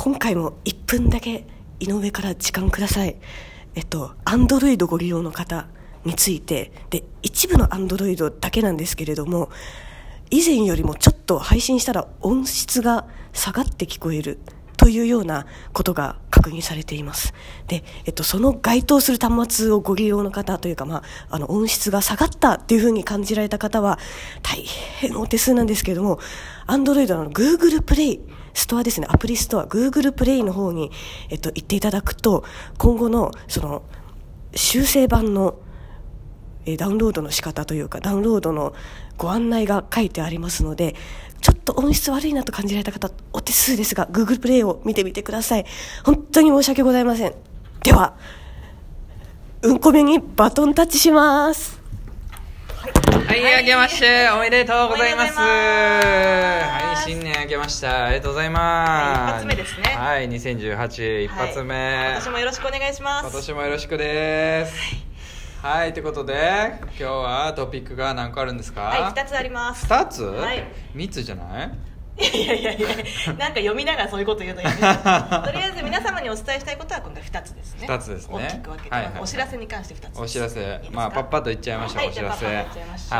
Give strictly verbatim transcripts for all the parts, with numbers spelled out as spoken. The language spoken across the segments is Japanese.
今回もいっぷんだけ井上から時間ください。えっと Android ご利用の方についてで、一部の Android だけなんですけれども、以前よりもちょっと配信したら音質が下がって聞こえるというようなことが確認されています。で、えっと、その該当する端末をご利用の方というか、まあ、あの音質が下がったというふうに感じられた方は大変お手数なんですけれども、 Android の Google プレイストアですね、アプリストア Google プレイの方に、えっと、行っていただくと、今後のその修正版のえー、ダウンロードの仕方というか、ダウンロードのご案内が書いてありますので、ちょっと音質悪いなと感じられた方、お手数ですが Google プレイを見てみてください。本当に申し訳ございません。ではうんこめにバトンタッチします。 はい、はい、あけましておめでとうございます。はい、新年あけました。ありがとうございます。はい、一発目ですね。はい、にせんじゅうはち一発目、はい、 今年もよろしくお願いします。 今年もよろしくです。はい、はい、ということで今日はトピックが何個あるんですか？ はい、ふたつあります。 ふたつ？ はい、 みっつじゃない？ いやいやいや、なんか読みながらそういうこと言うのやめてとりあえず皆様にお伝えしたいことは今回ふたつですね。 ふたつですね。 大きく分けて、はいはいはい、お知らせに関してふたつです。 お知らせ、いいまあパッパッと言っちゃいましょう。はい、お知らせ、はい、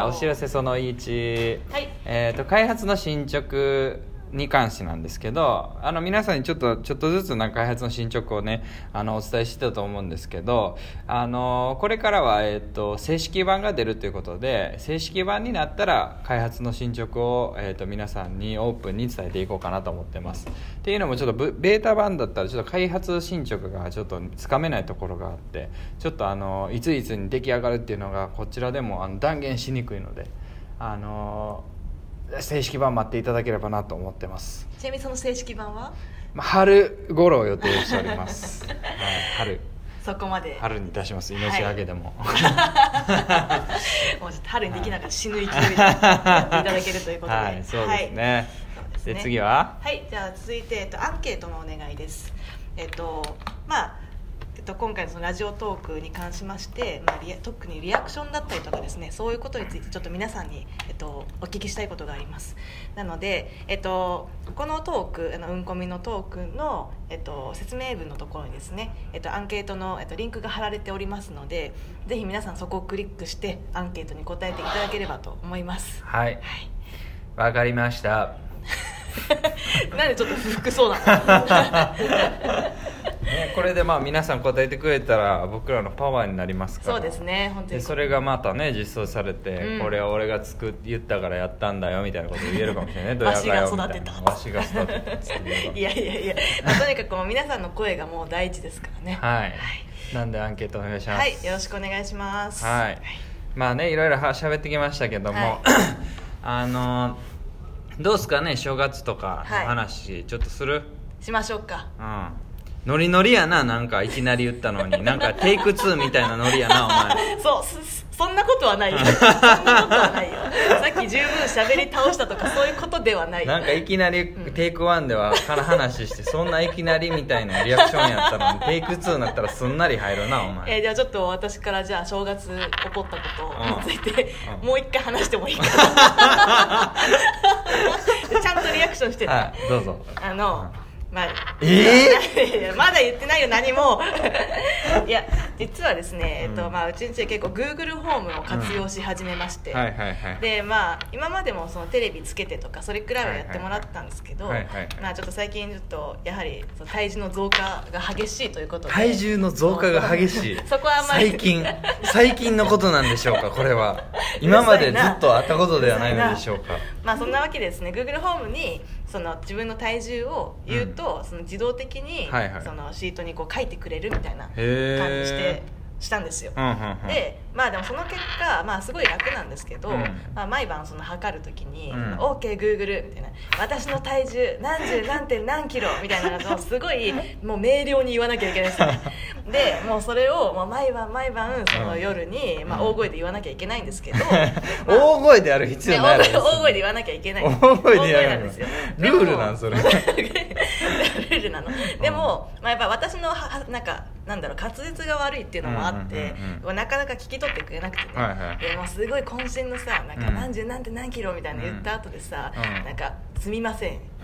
お知らせそのいち、はい、えーと開発の進捗に関してなんですけど、あの皆さんにちょっとちょっとずつなんか開発の進捗をね、あのお伝えしてたと思うんですけど、あのこれからは、えー、と正式版が出るということで、正式版になったら開発の進捗を、えー、と皆さんにオープンに伝えていこうかなと思ってます。っていうのもちょっとベータ版だったらちょっと開発進捗がちょっとつかめないところがあって、ちょっとあのいついつに出来上がるっていうのがこちらでもあの断言しにくいので、あの正式版待っていただければなと思ってます。 ちなみにその正式版は、 まあ、春頃を予定しております、はい、春そこまで春に出します。命がけでも、 はい、もうちょっと春にできながら死ぬ勢いでやっていただけるということで、 はい、そうですね、はい、そうですね。で次は、 はい、じゃあ続いて、えっと、アンケートのお願いです。えっとまあえっと、今回のそのラジオトークに関しまして、まあ、リア特にリアクションだったりとかですね、そういうことについてちょっと皆さんに、えっと、お聞きしたいことがあります。なので、えっと、このトークあのうんこみのトークの、えっと、説明文のところにですね、えっと、アンケートの、えっと、リンクが貼られておりますので、ぜひ皆さんそこをクリックしてアンケートに答えていただければと思います。 はい、わ、はい、かりましたなんでちょっと不服そうなのね、これでまあ皆さん答えてくれたら僕らのパワーになりますから。 そうですね、本当に。 でそれがまたね実装されて、うん、これは俺が作っ言ったからやったんだよみたいなこと言えるかもしれないね。 わしが育てたわしが育てたっつっていやいやいや、まあ、とにかくもう皆さんの声がもう第一ですからねはい、はい、なんでアンケートお願いします。 はい、よろしくお願いします。 はい、はい、まあねいろいろ喋ってきましたけども、はい、あのどうすかね、正月とかの話、はい、ちょっとするしましょうか。 うん、ノリノリやな、なんかいきなり言ったのになんかテイクツーみたいなノリやなお前そうそんなことはないよそんなことはないよさっき十分喋り倒したとかそういうことではないよ。 なんかいきなりテイクワンではから話してそんないきなりみたいなリアクションやったのにテイクツーになったらすんなり入るなお前。 えー、じゃあちょっと私からじゃあ正月起こったことについて、うん、もう一回話してもいいかなちゃんとリアクションしてた、 はい、どうぞ。 あの、うんまあ、 えー、まだ言ってないよ何もいや実はですね、うんえっとまあ、うちんちで結構 Google ホームを活用し始めまして、うんはいはいはい、でまあ、今までもそのテレビつけてとかそれくらいはやってもらったんですけど、はいはいはいまあ、ちょっと最近ちょっとやはりその体重の増加が激しいということで。 体重の増加が激しいそこはあんまり最近最近のことなんでしょうかこれは。今までずっとあったことではないのでしょうか。 まあそんなわけでですね、 Google ホームにその自分の体重を言うと、うん、その自動的に、はいはい、そのシートにこう書いてくれるみたいな感じしてしたんですよ、うんうんうん、でまあでもその結果、まあ、すごい楽なんですけど、うんまあ、毎晩その測るときに、うん、OKGoogle みたいな私の体重何十何点何キロみたいなのをすごいもう明瞭に言わなきゃいけないですねでもうそれをもう毎晩毎晩その夜に、まあ、大声で言わなきゃいけないんですけど、まあ、 大声でやる必要ないです、 ね、大声で言わなきゃいけない大声でやるんですよ。 ルールなんそれルールなのでも、まあ、やっぱ私のはなんかなんだろう滑舌が悪いっていうのもあって、うんうんうんうん、なかなか聞き取ってくれなくてね、はいはい、でもうすごい渾身のさなんか何十何点何キロみたいなの言った後でさ、うん、なんかすみません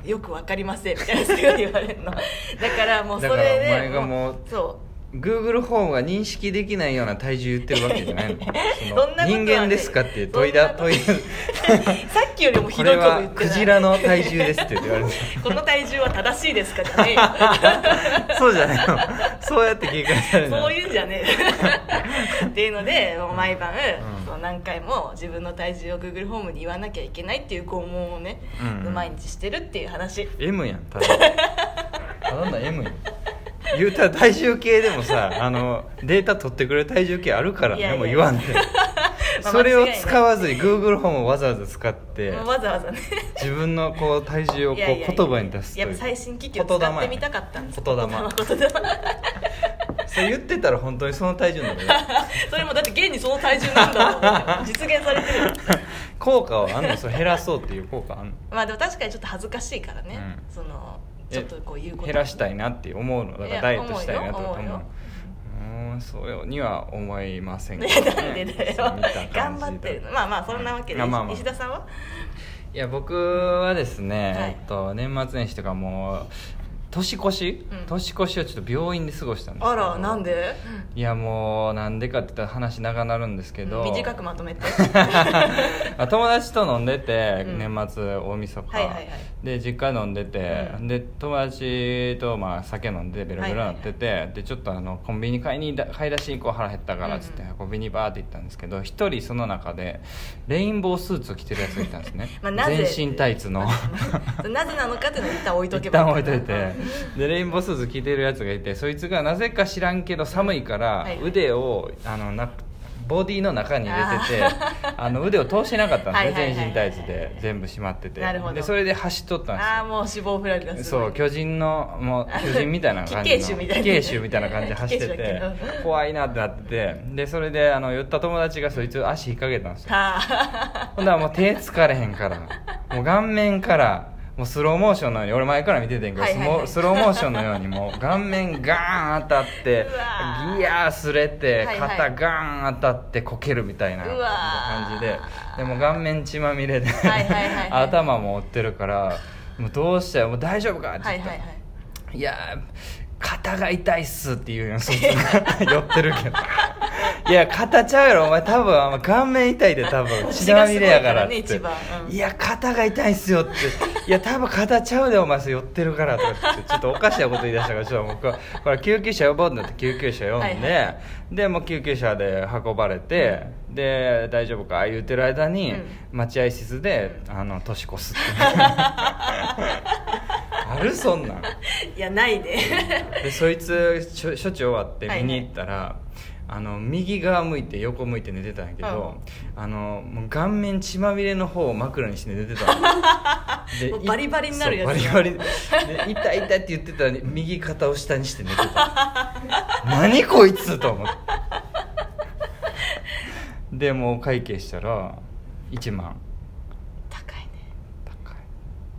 よく分かりませんみたいなすごい言われるのだからもうそれでだからお前がもうそうGoogle ホームが認識できないような体重言ってるわけじゃないのその人間ですかって問いだ問いださっきよりもひどいこと言ってないこれはクジラの体重ですって言われるこの体重は正しいですかじゃねえよそうじゃないのそうやって聞かされるのそういうんじゃねえっていうのでもう毎晩、うん、そう何回も自分の体重を Google ホームに言わなきゃいけないっていう拷問をね、うんうん、毎日してるっていう話 M やんただただの M やん言うたら体重計でもさあのデータ取ってくれる体重計あるからねいやいやもう言わんでそれを使わずに Google ホームをわざわざ使ってわざわざね自分のこう体重をこう言葉に出すというやっぱ最新機器を使ってみたかったんです言霊言霊それ言ってたら本当にその体重なんだよそれもだって現にその体重なんだろう実現されてる効果はあんのそれ減らそうっていう効果あんのまあでも確かにちょっと恥ずかしいからね、うん、そのちょっとこういうこと減らしたいなって思うのだからダイエットしたいなと思うのうんそうには思いませんけど、ね、 なんでだよ頑張ってるのまあまあそんなわけで、うんまあまあ、石田さんはいや僕はですね、はい、えっと、年末年始とかもう年越し、うん、年越しをちょっと病院で過ごしたんですけどあらなんでいやもうなんでかって言ったら話長なるんですけど、 うん、短くまとめて友達と飲んでて、うん、年末大晦日、はいはいはい、で実家飲んでて、うん、で友達とまあ酒飲んでベロベロになってて、はいはいはい、でちょっとあのコンビニ買いに買い出しに行こう腹減ったからっつって、うんうん、コンビニバーって行ったんですけど一人その中でレインボースーツを着てるやつがいたんですね、まあ、全身タイツのなぜなのかっていうのを一旦置いとけば一旦置いといてでレインボースーツ着てるやつがいてそいつがなぜか知らんけど寒いから腕をあのなボディの中に入れてて あ, あの腕を通してなかったんですね、はいはいはいはい、全身タイツで全部締まっててでそれで走っとったんですよ。 ああもう脂肪フラグがすごいそう巨人のもう巨人みたいな感じの騎兵種みたいな感じで走ってて怖いなってなっててでそれであの寄った友達がそいつ足引っ掛けたんですよほんだらもう手つかれへんからもう顔面からもうスローモーションのように俺前から見ててんけど、はいはいはい、スローモーションのようにもう顔面ガーン当たってギヤーすれて、はいはい、肩ガーン当たってこけるみたいな感じででも顔面血まみれで、はいはいはいはい、頭も折ってるからもうどうしたよもう大丈夫かって言ったら、はいはいはい、いや肩が痛いっすって言うよそいつが寄ってるけどいや肩ちゃうやろお前多分顔面痛いで多分血まみれやからって、ねうん、いや肩が痛いっすよっていや多分肩ちゃうでお前それ寄ってるからとかってちょっとおかしなこと言い出したからちょっともうこれ救急車呼ぼうってなって救急車呼んで、はいはい、でもう救急車で運ばれて、うん、で大丈夫か言ってる間に、うん、待合室であの年越すってあるそんなんいやないででそいつ処置終わって見に行ったら、はいはい、あの右側向いて横向いて寝てたんやけど、うん、あのもう顔面血まみれの方を枕にして寝てたでもうバリバリになるやつバリバリで痛い痛いって言ってたら右肩を下にして寝てた何こいつと思ってでもう会計したらいちまん高いね高い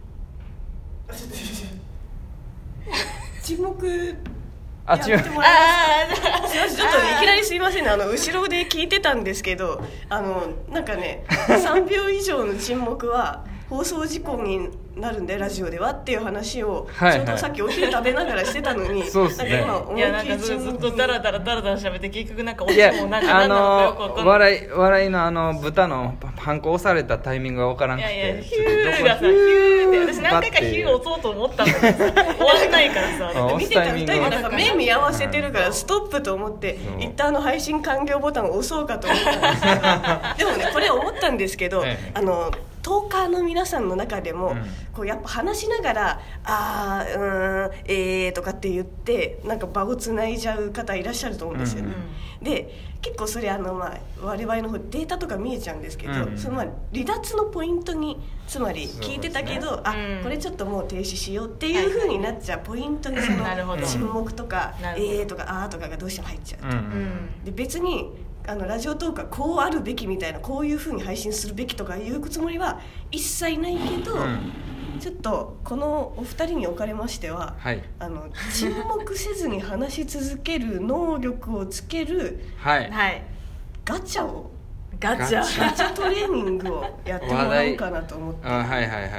沈黙あ、違う。あすいません、ちょっとね、いきなりすいませんね、あの後ろで聞いてたんですけど、あのなんかね、さんびょう以上の沈黙は放送事故になるんでラジオではっていう話を、はいはい、ちょうどさっきお昼食べながらしてたのに、 そうですね。 なんか今いやなんかずっとダラダラダラダラ喋って結局なんかおちもなんか何なのかよく分かんない。 笑い笑いのあの豚のパン粉押されたタイミングが分からなくて、 いやいやヒューがさヒューって私何回かヒューを押そうと思ったんだけどさ終わんないからさ見てた二人でなんか目見合わせてるからストップと思って一旦の配信完了ボタンを押そうかと思ったんですけどでもねこれ思ったんですけど、あのトーカーの皆さんの中でも、うん、こうやっぱ話しながらあーうーんえーとかって言ってなんか場をつないじゃう方いらっしゃると思うんですよね、うん、で結構それあの、まあ、我々の方データとか見えちゃうんですけど、うん、そのまあ離脱のポイントにつまり聞いてたけど、ね、あ、うん、これちょっともう停止しようっていう風になっちゃうポイントにその沈黙とかえーとかあーとかがどうしても入っちゃうと、うん、で別にあのラジオトークはこうあるべきみたいなこういう風に配信するべきとかいうつもりは一切ないけど、うん、ちょっとこのお二人におかれましては、はい、あの沈黙せずに話し続ける能力をつける、 はい、 ガチャをガチャガチャトレーニングをやってもらおうかなと思ってあ、はいはいはいはい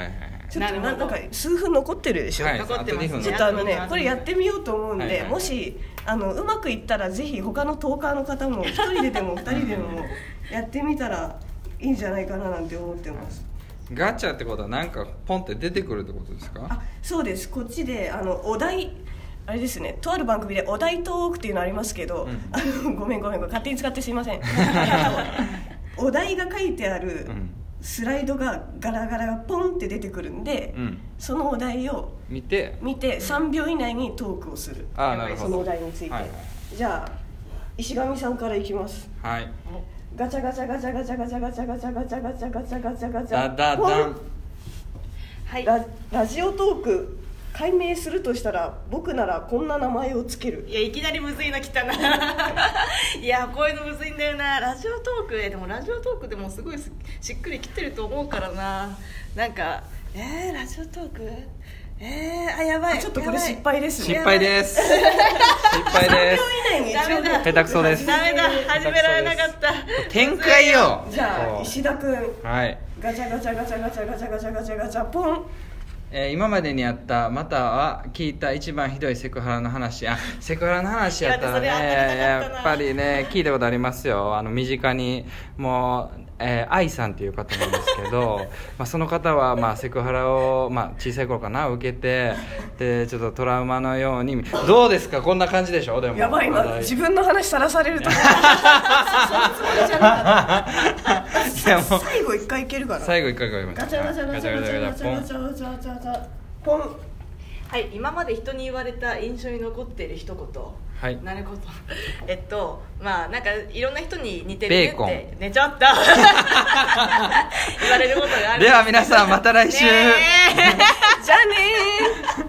ちょっとなんか数分残ってるでしょ、 はい、 残ってますね。 ちょっとあのねこれやってみようと思うんで、 はいはい、 もしあのうまくいったらぜひ他のトーカーの方もひとりででもふたりでもやってみたらいいんじゃないかななんて思ってます。 ガチャってことはなんかポンって出てくるってことですか？ あ、そうです。こっちであのお題あれですね、とある番組でお題トークっていうのありますけど、うん、あのごめんごめんごめん勝手に使ってすいませんお題が書いてあるスライドがガラガラがポンって出てくるんで、うん、そのお題を見て見てさんびょう以内にトークをする。 あ、なるほど。 そのお題について、はいはい、じゃあ石上さんからいきます。 はい。 ガチャガチャガチャガチャガチャガチャガチャガチャガチャガチャガチャガチャダダダン。 はい。ラ, ラジオトーク解明するとしたら僕ならこんな名前をつける。 いやいきなりむずいの来たないやこういうのむずいんだよな。ラジオトークでもラジオトークでもすごいしっくりきてると思うからな。なんかえー、ラジオトークえー、あやばい。 ちょっとこれ失敗ですね。失敗です失敗ですさんびょう以内にダメだ下手くそです。 ダメだ始められなかった。 展開よ。 じゃあ石田くん、 はい、 ガチャガチャガチャガチャガチャガチャガチャガチャポン。 えー、今までにあったまたは聞いた一番ひどいセクハラの話。あ、セクハラの話やったらねやっぱりね聞いたことありますよ。あの身近にもうえー、愛さんっていう方なんですけどまあその方はまあセクハラを、まあ、小さい頃かな受けてでちょっとトラウマのように。どうですかこんな感じでしょ。でもやばい今自分の話さらされると思う最後一回いけるから。 最後一回いける。ガチャガチャガチャガチャガチャガチャガチャガチャガチャポン。 はい、今まで人に言われた印象に残っている一言。 はい、 なるほど。えっとまあなんかいろんな人に似てるねってねちょっと言われることがある。 では皆さんまた来週。 ねじゃあねー。